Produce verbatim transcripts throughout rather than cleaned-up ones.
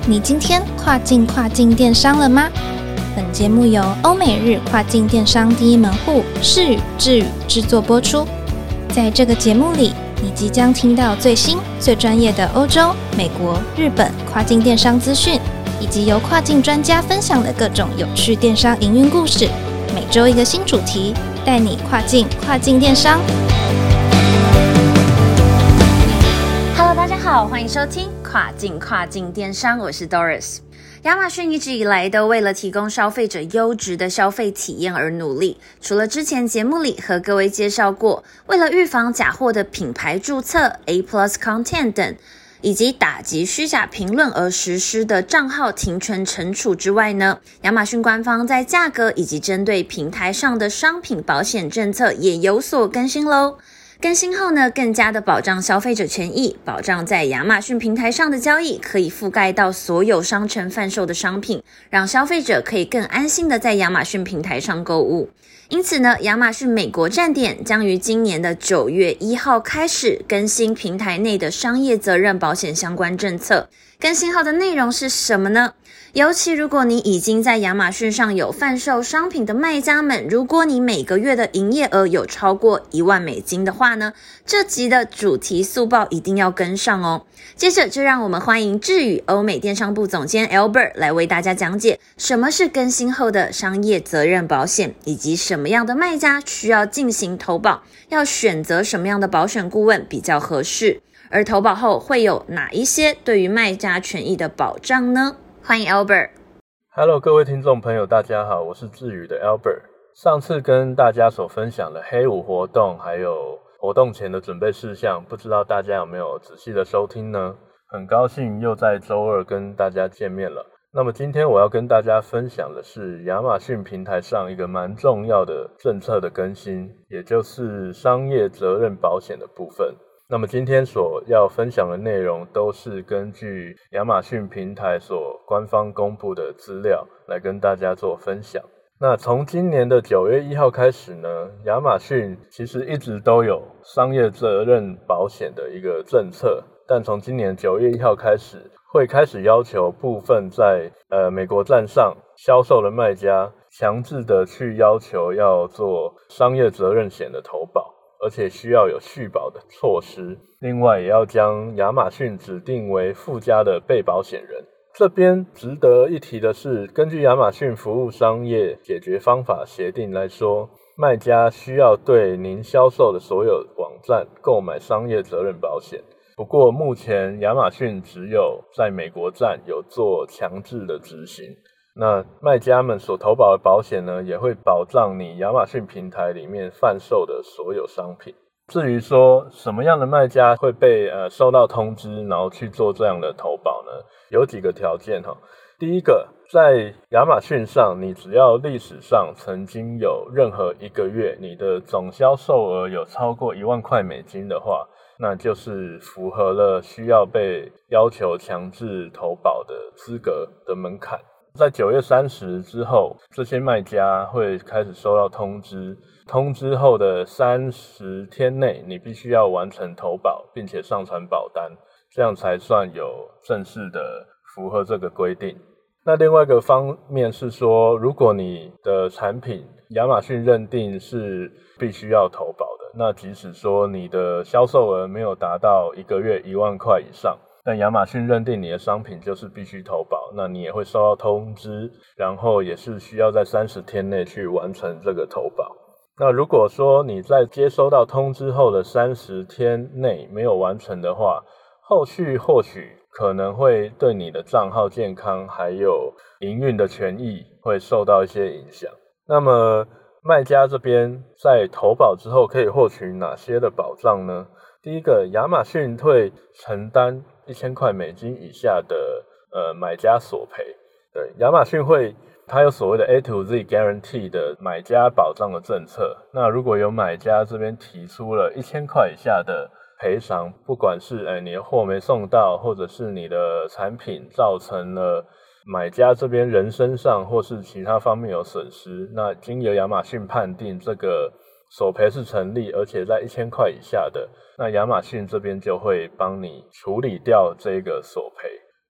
你今天跨境跨境电商了吗？本节目由欧美日跨境电商第一门户世宇智宇制作播出。在这个节目里，你即将听到最新最专业的欧洲、美国、日本跨境电商资讯，以及由跨境专家分享的各种有趣电商营运故事。每周一个新主题，带你跨境跨境电商。 Hello， 大家好，欢迎收听跨境跨境电商，我是 Doris。亚马逊一直以来都为了提供消费者优质的消费体验而努力。除了之前节目里和各位介绍过，为了预防假货的品牌注册、A plus content 等，以及打击虚假评论而实施的账号停权惩处之外呢，亚马逊官方在价格以及针对平台上的商品保险政策也有所更新咯。更新后呢，更加的保障消费者权益，保障在亚马逊平台上的交易可以覆盖到所有商城贩售的商品，让消费者可以更安心的在亚马逊平台上购物。因此呢，亚马逊美国站点将于今年的九月一号开始更新平台内的商业责任保险相关政策。更新后的内容是什么呢？尤其如果你已经在亚马逊上有贩售商品的卖家们，如果你每个月的营业额有超过一万美金的话呢，这集的主题速报一定要跟上哦。接着就让我们欢迎智宇欧美电商部总监 Albert 来为大家讲解什么是更新后的商业责任保险，以及什么样的卖家需要进行投保，要选择什么样的保险顾问比较合适，而投保后会有哪一些对于卖家权益的保障呢？欢迎 Albert。Hello， 各位听众朋友，大家好，我是智宇的 Albert。上次跟大家所分享的黑五活动，还有活动前的准备事项，不知道大家有没有仔细的收听呢？很高兴又在周二跟大家见面了。那么今天我要跟大家分享的是亚马逊平台上一个蛮重要的政策的更新，也就是商业责任保险的部分。那么今天所要分享的内容都是根据亚马逊平台所官方公布的资料来跟大家做分享。那从今年的九月一号开始呢，亚马逊其实一直都有商业责任保险的一个政策，但从今年九月一号开始，会开始要求部分在呃美国站上销售的卖家强制的去要求要做商业责任险的投保，而且需要有续保的措施。另外也要将亚马逊指定为附加的被保险人。这边值得一提的是，根据亚马逊服务商业解决方法协定来说，卖家需要对您销售的所有网站购买商业责任保险。不过目前亚马逊只有在美国站有做强制的执行。那卖家们所投保的保险呢，也会保障你亚马逊平台里面贩售的所有商品。至于说什么样的卖家会被呃收到通知，然后去做这样的投保呢？有几个条件哈。第一个，在亚马逊上，你只要历史上曾经有任何一个月你的总销售额有超过一万块美金的话，那就是符合了需要被要求强制投保的资格的门槛。在九月三十之后，这些卖家会开始收到通知，通知后的三十天内，你必须要完成投保，并且上传保单，这样才算有正式的符合这个规定。那另外一个方面是说，如果你的产品亚马逊认定是必须要投保的，那即使说你的销售额没有达到一个月一万块以上，但亚马逊认定你的商品就是必须投保，那你也会收到通知，然后也是需要在三十天内去完成这个投保。那如果说你在接收到通知后的三十天内没有完成的话，后续或许可能会对你的账号健康还有营运的权益会受到一些影响。那么卖家这边在投保之后可以获取哪些的保障呢？第一个，亚马逊会承担一千块美金以下的呃买家索赔。对，亚马逊会它有所谓的 A to Z Guarantee 的买家保障的政策。那如果有买家这边提出了一千块以下的赔偿，不管是诶你的货没送到，或者是你的产品造成了买家这边人身上或是其他方面有损失，那经由亚马逊判定这个索赔是成立，而且在一千块以下的，那亚马逊这边就会帮你处理掉这个索赔。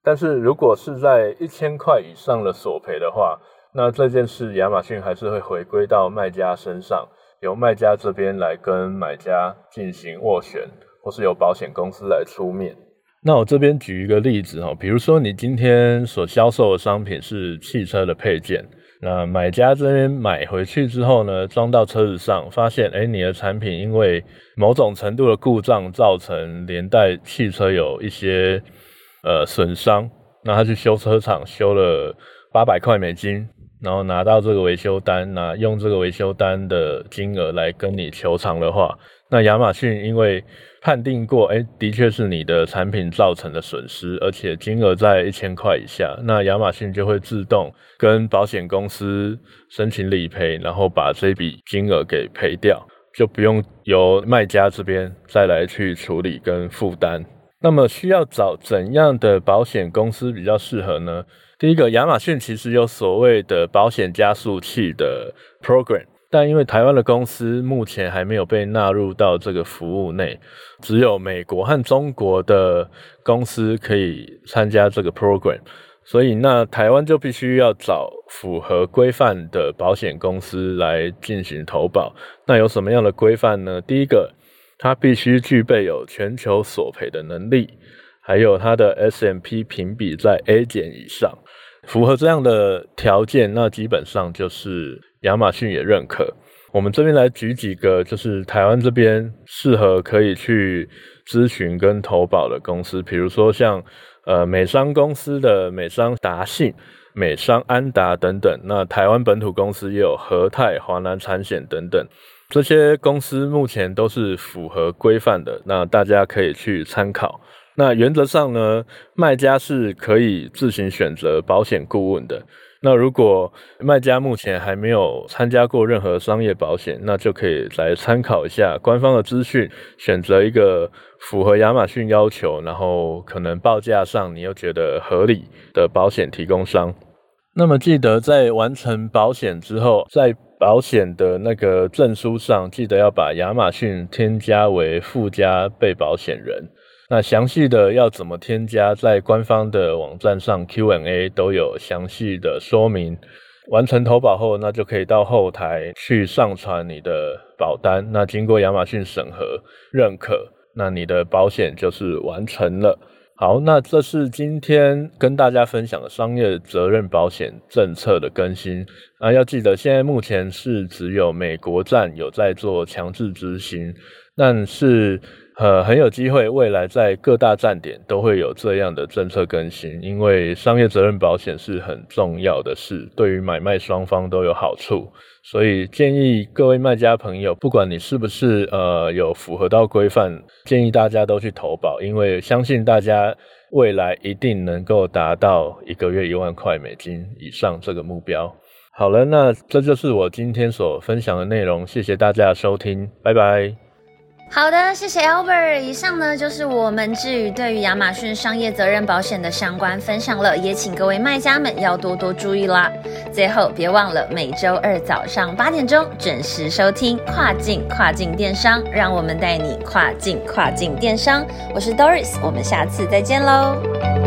但是如果是在一千块以上的索赔的话，那这件事亚马逊还是会回归到卖家身上，由卖家这边来跟买家进行斡旋，或是由保险公司来出面。那我这边举一个例子哦，比如说你今天所销售的商品是汽车的配件，那买家这边买回去之后呢，装到车子上，发现诶你的产品因为某种程度的故障造成连带汽车有一些呃损伤，那他去修车厂修了八百块美金，然后拿到这个维修单，拿用这个维修单的金额来跟你求偿的话，那亚马逊因为判定过，诶的确是你的产品造成的损失，而且金额在一千块以下，那亚马逊就会自动跟保险公司申请理赔，然后把这笔金额给赔掉，就不用由卖家这边再来去处理跟负担。那么需要找怎样的保险公司比较适合呢？第一个，亚马逊其实有所谓的保险加速器的 program， 但因为台湾的公司目前还没有被纳入到这个服务内，只有美国和中国的公司可以参加这个 program， 所以那台湾就必须要找符合规范的保险公司来进行投保。那有什么样的规范呢？第一个，它必须具备有全球索赔的能力，还有它的 S and P 评比在 A 减以上，符合这样的条件，那基本上就是亚马逊也认可。我们这边来举几个就是台湾这边适合可以去咨询跟投保的公司，比如说像呃美商公司的美商达信、美商安达等等，那台湾本土公司也有和泰、华南产险等等，这些公司目前都是符合规范的，那大家可以去参考。那原则上呢，卖家是可以自行选择保险顾问的。那如果卖家目前还没有参加过任何商业保险，那就可以来参考一下官方的资讯，选择一个符合亚马逊要求，然后可能报价上你又觉得合理的保险提供商。那么记得在完成保险之后，在保险的那个证书上记得要把亚马逊添加为附加被保险人。那详细的要怎么添加，在官方的网站上 Q and A 都有详细的说明。完成投保后，那就可以到后台去上传你的保单，那经过亚马逊审核认可，那你的保险就是完成了。好，那这是今天跟大家分享的商业责任保险政策的更新啊，要记得现在目前是只有美国站有在做强制执行，但是呃很有机会未来在各大站点都会有这样的政策更新，因为商业责任保险是很重要的事，对于买卖双方都有好处，所以建议各位卖家朋友，不管你是不是呃有符合到规范，建议大家都去投保，因为相信大家未来一定能够达到一个月一万块美金以上这个目标。好了，那这就是我今天所分享的内容，谢谢大家的收听，拜拜。 好的，谢谢 Albert。以上呢就是我们至于对于亚马逊商业责任保险的相关分享了，也请各位卖家们要多多注意啦。最后别忘了每周二早上八点钟准时收听跨境跨境电商，让我们带你跨境跨境电商。我是 Doris， 我们下次再见喽。